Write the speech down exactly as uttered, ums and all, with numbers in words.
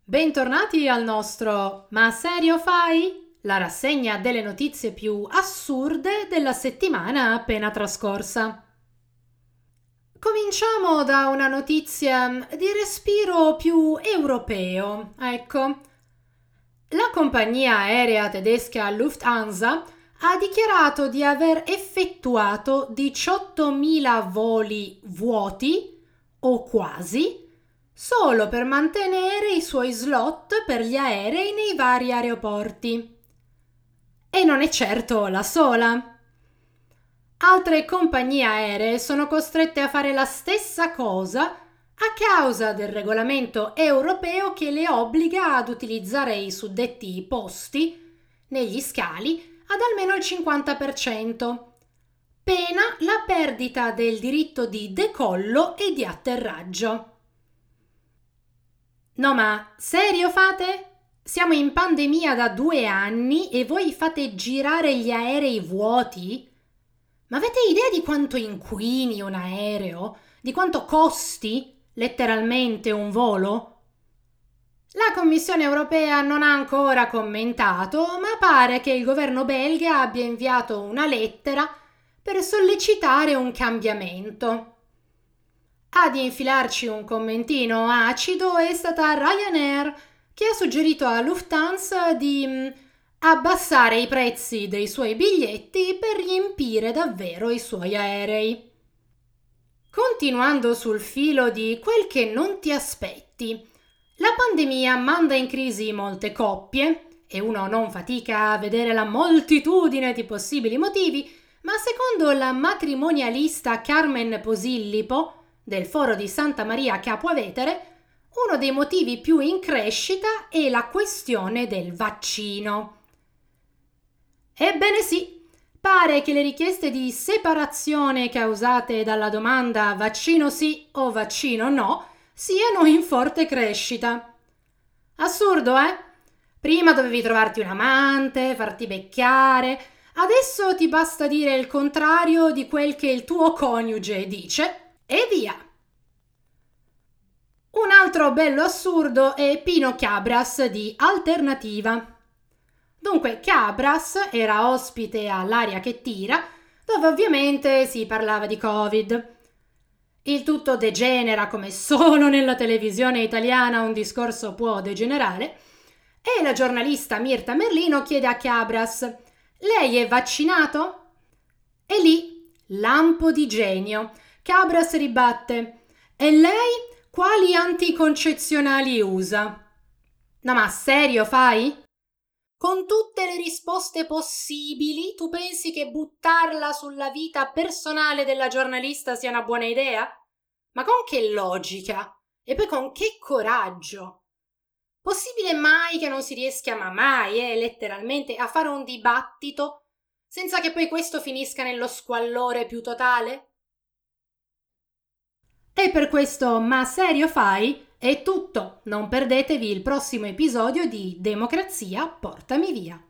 Bentornati al nostro Ma serio fai? La rassegna delle notizie più assurde della settimana appena trascorsa. Cominciamo da una notizia di respiro più europeo. Ecco, la compagnia aerea tedesca Lufthansa ha dichiarato di aver effettuato diciottomila voli vuoti o quasi solo per mantenere i suoi slot per gli aerei nei vari aeroporti. E non è certo la sola. Altre compagnie aeree sono costrette a fare la stessa cosa a causa del regolamento europeo che le obbliga ad utilizzare i suddetti posti negli scali ad almeno il cinquanta per cento, pena la perdita del diritto di decollo e di atterraggio. No, ma serio fate? Siamo in pandemia da due anni e voi fate girare gli aerei vuoti? Ma avete idea di quanto inquini un aereo? Di quanto costi letteralmente un volo? La Commissione europea non ha ancora commentato, ma pare che il governo belga abbia inviato una lettera per sollecitare un cambiamento. Ad infilarci un commentino acido è stata Ryanair, che ha suggerito a Lufthansa di mh, abbassare i prezzi dei suoi biglietti per riempire davvero i suoi aerei. Continuando sul filo di quel che non ti aspetti, la pandemia manda in crisi molte coppie e uno non fatica a vedere la moltitudine di possibili motivi, ma secondo la matrimonialista Carmen Posillipo del Foro di Santa Maria Capua Vetere, uno dei motivi più in crescita è la questione del vaccino. Ebbene sì, pare che le richieste di separazione causate dalla domanda vaccino sì o vaccino no siano in forte crescita. Assurdo, eh? Prima dovevi trovarti un amante, farti beccare, adesso ti basta dire il contrario di quel che il tuo coniuge dice e via. Un altro bello assurdo è Pino Cabras di Alternativa. Dunque, Cabras era ospite all'Aria che tira, dove ovviamente si parlava di Covid. Il tutto degenera come solo nella televisione italiana un discorso può degenerare, e la giornalista Mirta Merlino chiede a Cabras: lei è vaccinato? E lì, lampo di genio, Cabras ribatte: e lei quali anticoncezionali usa? No, ma serio fai? Con tutte le risposte possibili, tu pensi che buttarla sulla vita personale della giornalista sia una buona idea? Ma con che logica? E poi con che coraggio? Possibile mai che non si riesca, ma mai, eh, letteralmente, a fare un dibattito senza che poi questo finisca nello squallore più totale? E per questo Ma serio fai? È tutto. Non perdetevi il prossimo episodio di Democrazia, portami via.